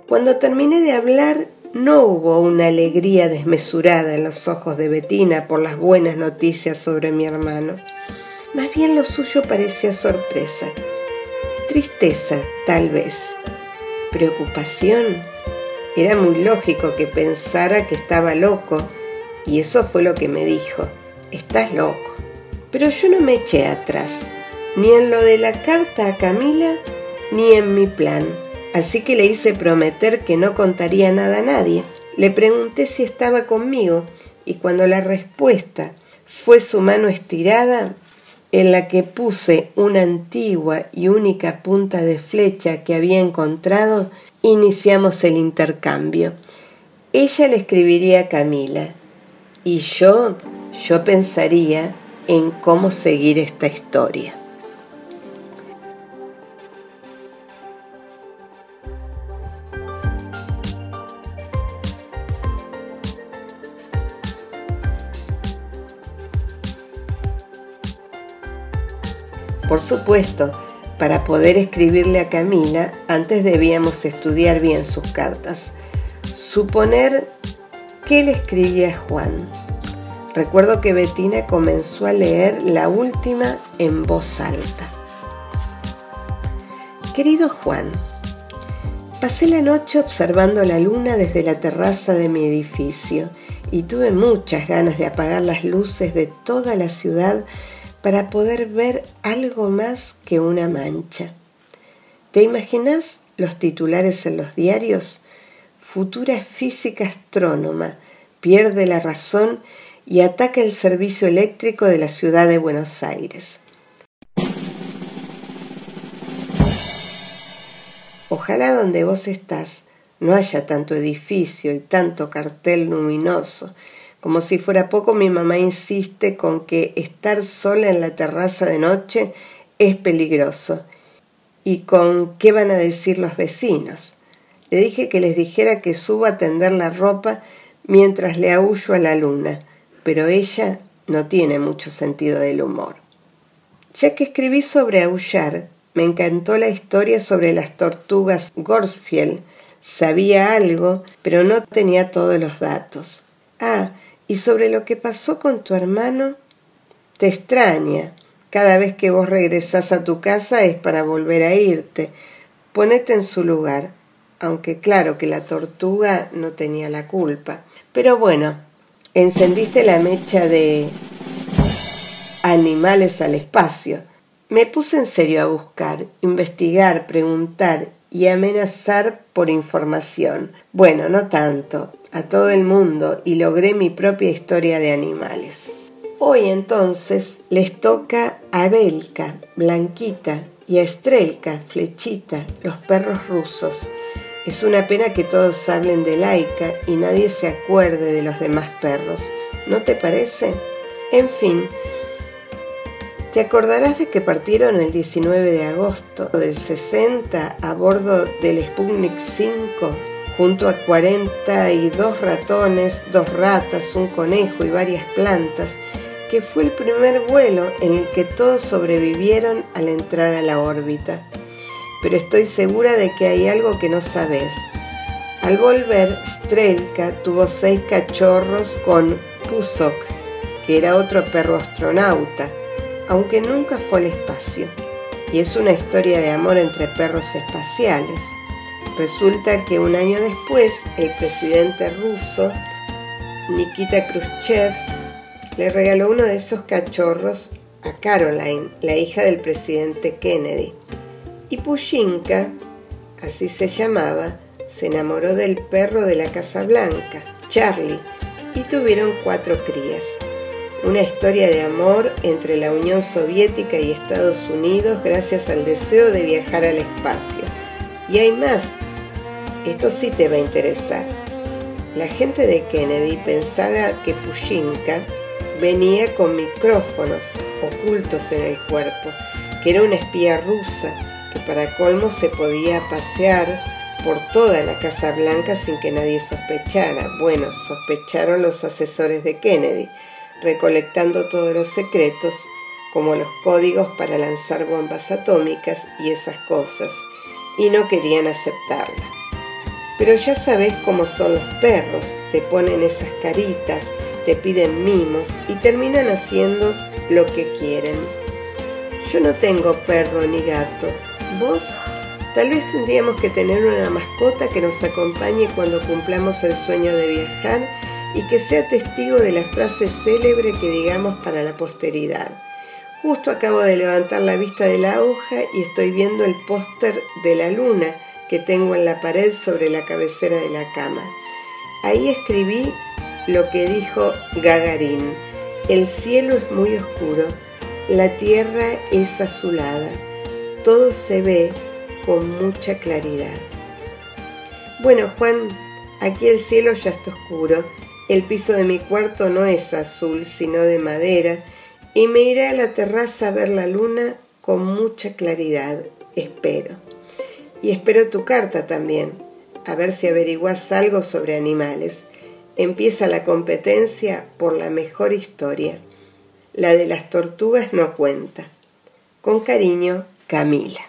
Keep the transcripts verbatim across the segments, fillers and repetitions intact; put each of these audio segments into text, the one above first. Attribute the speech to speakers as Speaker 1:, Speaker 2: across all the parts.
Speaker 1: Cuando terminé de hablar, no hubo una alegría desmesurada en los ojos de Bettina por las buenas noticias sobre mi hermano. Más bien lo suyo parecía sorpresa, tristeza tal vez, preocupación. Era muy lógico que pensara que estaba loco, y eso fue lo que me dijo: estás loco. Pero yo no me eché atrás, ni en lo de la carta a Camila, ni en mi plan. Así que le hice prometer que no contaría nada a nadie. Le pregunté si estaba conmigo, y cuando la respuesta fue su mano estirada, en la que puse una antigua y única punta de flecha que había encontrado, iniciamos el intercambio. Ella le escribiría a Camila, y yo, yo pensaría en cómo seguir esta historia. Por supuesto, para poder escribirle a Camila, antes debíamos estudiar bien sus cartas. Suponer que le escribía a Juan. Recuerdo que Bettina comenzó a leer la última en voz alta. Querido Juan, pasé la noche observando la luna desde la terraza de mi edificio y tuve muchas ganas de apagar las luces de toda la ciudad para poder ver algo más que una mancha. ¿Te imaginas los titulares en los diarios? Futura física astrónoma pierde la razón y ataca el servicio eléctrico de la ciudad de Buenos Aires. Ojalá donde vos estás no haya tanto edificio y tanto cartel luminoso. Como si fuera poco, mi mamá insiste con que estar sola en la terraza de noche es peligroso. ¿Y con qué van a decir los vecinos? Le dije que les dijera que subo a tender la ropa mientras le aúllo a la luna, pero ella no tiene mucho sentido del humor. Ya que escribí sobre aullar, me encantó la historia sobre las tortugas Gorsfield. Sabía algo, pero no tenía todos los datos. Ah, y sobre lo que pasó con tu hermano, te extraña. Cada vez que vos regresás a tu casa es para volver a irte. Ponete en su lugar, aunque claro que la tortuga no tenía la culpa. Pero bueno, encendiste la mecha de animales al espacio. Me puse en serio a buscar, investigar, preguntar y amenazar por información. Bueno, no tanto, a todo el mundo, y logré mi propia historia de animales. Hoy entonces les toca a Belka, Blanquita, y a Estrelka, Flechita, los perros rusos. Es una pena que todos hablen de Laika y nadie se acuerde de los demás perros, ¿no te parece? En fin, te acordarás de que partieron el diecinueve de agosto del sesenta a bordo del Sputnik cinco, junto a cuarenta y dos ratones, dos ratas, un conejo y varias plantas, que fue el primer vuelo en el que todos sobrevivieron al entrar a la órbita. Pero estoy segura de que hay algo que no sabes. Al volver, Strelka tuvo seis cachorros con Pusok, que era otro perro astronauta, aunque nunca fue al espacio. Y es una historia de amor entre perros espaciales. Resulta que un año después, el presidente ruso, Nikita Khrushchev, le regaló uno de esos cachorros a Caroline, la hija del presidente Kennedy. Y Pushinka, así se llamaba, se enamoró del perro de la Casa Blanca, Charlie, y tuvieron cuatro crías. Una historia de amor entre la Unión Soviética y Estados Unidos gracias al deseo de viajar al espacio. Y hay más. Esto sí te va a interesar. La gente de Kennedy pensaba que Pushinka venía con micrófonos ocultos en el cuerpo, que era una espía rusa, que para colmo se podía pasear por toda la Casa Blanca sin que nadie sospechara. Bueno, sospecharon los asesores de Kennedy, recolectando todos los secretos, como los códigos para lanzar bombas atómicas y esas cosas, y no querían aceptarla. Pero ya sabés cómo son los perros, te ponen esas caritas, te piden mimos y terminan haciendo lo que quieren. Yo no tengo perro ni gato. ¿Vos? Tal vez tendríamos que tener una mascota que nos acompañe cuando cumplamos el sueño de viajar y que sea testigo de la frase célebre que digamos para la posteridad. Justo acabo de levantar la vista de la hoja y estoy viendo el póster de la luna que tengo en la pared sobre la cabecera de la cama. Ahí escribí lo que dijo Gagarin: el cielo es muy oscuro, la tierra es azulada, todo se ve con mucha claridad. Bueno, Juan, aquí el cielo ya está oscuro, el piso de mi cuarto no es azul, sino de madera, y me iré a la terraza a ver la luna con mucha claridad, espero. Y espero tu carta también, a ver si averiguás algo sobre animales. Empieza la competencia por la mejor historia. La de las tortugas no cuenta. Con cariño, Camila.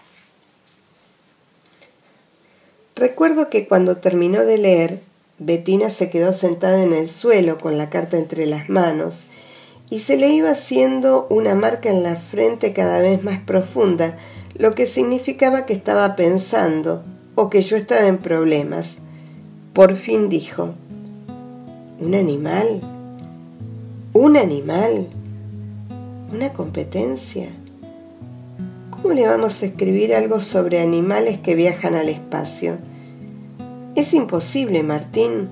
Speaker 1: Recuerdo que cuando terminó de leer, Bettina se quedó sentada en el suelo con la carta entre las manos y se le iba haciendo una marca en la frente cada vez más profunda, lo que significaba que estaba pensando o que yo estaba en problemas. Por fin dijo: ¿un animal? ¿Un animal? ¿Una competencia? ¿Cómo le vamos a escribir algo sobre animales que viajan al espacio? Es imposible, Martín.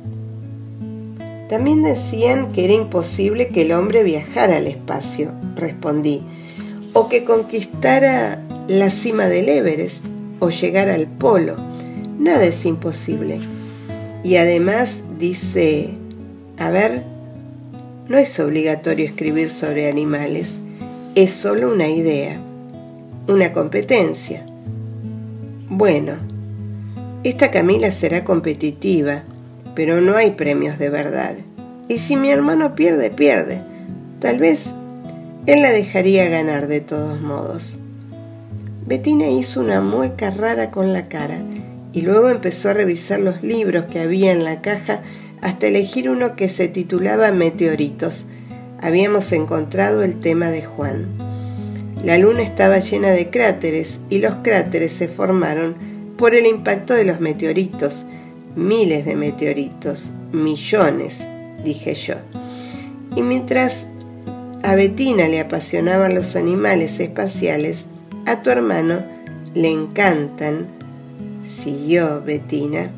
Speaker 1: También decían que era imposible que el hombre viajara al espacio, respondí, o que conquistara la cima del Everest o llegar al polo. Nada es imposible. Y además dice, a ver, no es obligatorio escribir sobre animales, es solo una idea, una competencia. Bueno, esta Camila será competitiva, pero no hay premios de verdad. Y si mi hermano pierde, pierde. Tal vez él la dejaría ganar de todos modos. Bettina hizo una mueca rara con la cara y luego empezó a revisar los libros que había en la caja hasta elegir uno que se titulaba Meteoritos. Habíamos encontrado el tema de Juan. La luna estaba llena de cráteres y los cráteres se formaron por el impacto de los meteoritos. Miles de meteoritos, millones, dije yo. Y mientras a Bettina le apasionaban los animales espaciales, a tu hermano le encantan, siguió Bettina.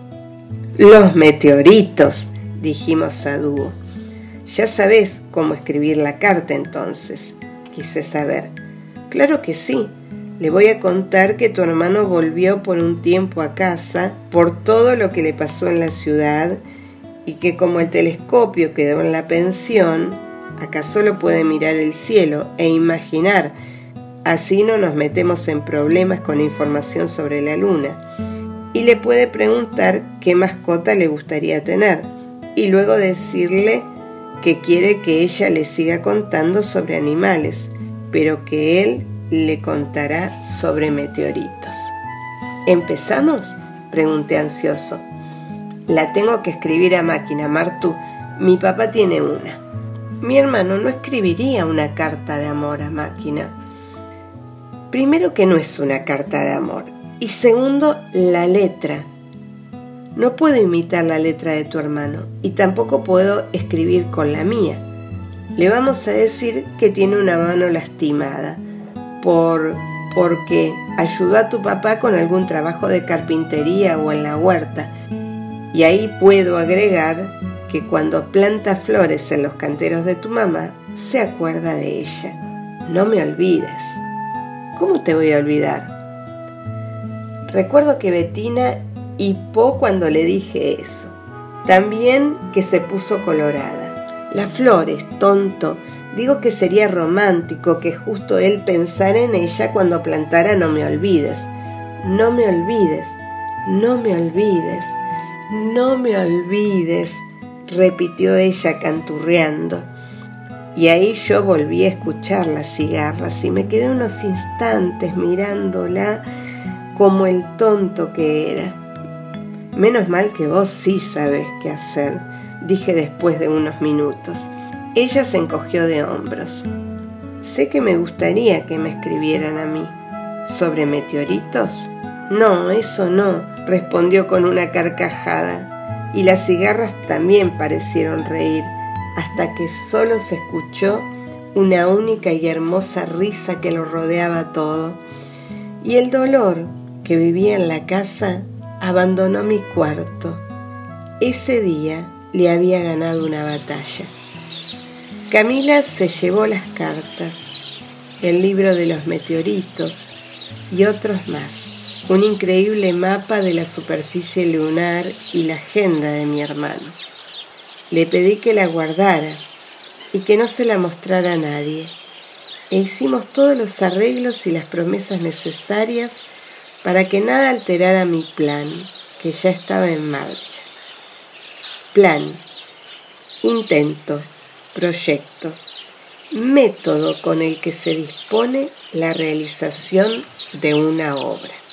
Speaker 1: Los meteoritos, dijimos a dúo. Ya sabés cómo escribir la carta entonces, quise saber. Claro que sí. Le voy a contar que tu hermano volvió por un tiempo a casa por todo lo que le pasó en la ciudad y que como el telescopio quedó en la pensión, acá solo puede mirar el cielo e imaginar. Así no nos metemos en problemas con información sobre la luna. Y le puede preguntar qué mascota le gustaría tener y luego decirle que quiere que ella le siga contando sobre animales, pero que él le contará sobre meteoritos. ¿Empezamos?, pregunté ansioso. La tengo que escribir a máquina, Martu. Mi papá tiene una. Mi hermano no escribiría una carta de amor a máquina. Primero que no es una carta de amor. Y segundo, la letra. No puedo imitar la letra de tu hermano y tampoco puedo escribir con la mía. Le vamos a decir que tiene una mano lastimada por porque ayudó a tu papá con algún trabajo de carpintería o en la huerta. Y ahí puedo agregar que cuando planta flores en los canteros de tu mamá, se acuerda de ella. No me olvides. ¿Cómo te voy a olvidar? Recuerdo que Bettina hipó cuando le dije eso. También que se puso colorada. Las flores, tonto. Digo que sería romántico que justo él pensara en ella cuando plantara No me olvides. No me olvides. No me olvides. No me olvides, repitió ella canturreando. Y ahí yo volví a escuchar las cigarras y me quedé unos instantes mirándola como el tonto que era. Menos mal que vos sí sabés qué hacer, dije después de unos minutos. Ella se encogió de hombros. Sé que me gustaría que me escribieran a mí. ¿Sobre meteoritos? No, eso no, respondió con una carcajada, y las cigarras también parecieron reír, hasta que solo se escuchó una única y hermosa risa que lo rodeaba todo, y el dolor que vivía en la casa abandonó mi cuarto. Ese día le había ganado una batalla. Camila se llevó las cartas, el libro de los meteoritos y otros más, un increíble mapa de la superficie lunar y la agenda de mi hermano. Le pedí que la guardara y que no se la mostrara a nadie, e hicimos todos los arreglos y las promesas necesarias para que nada alterara mi plan, que ya estaba en marcha. Plan, intento, proyecto, método con el que se dispone la realización de una obra.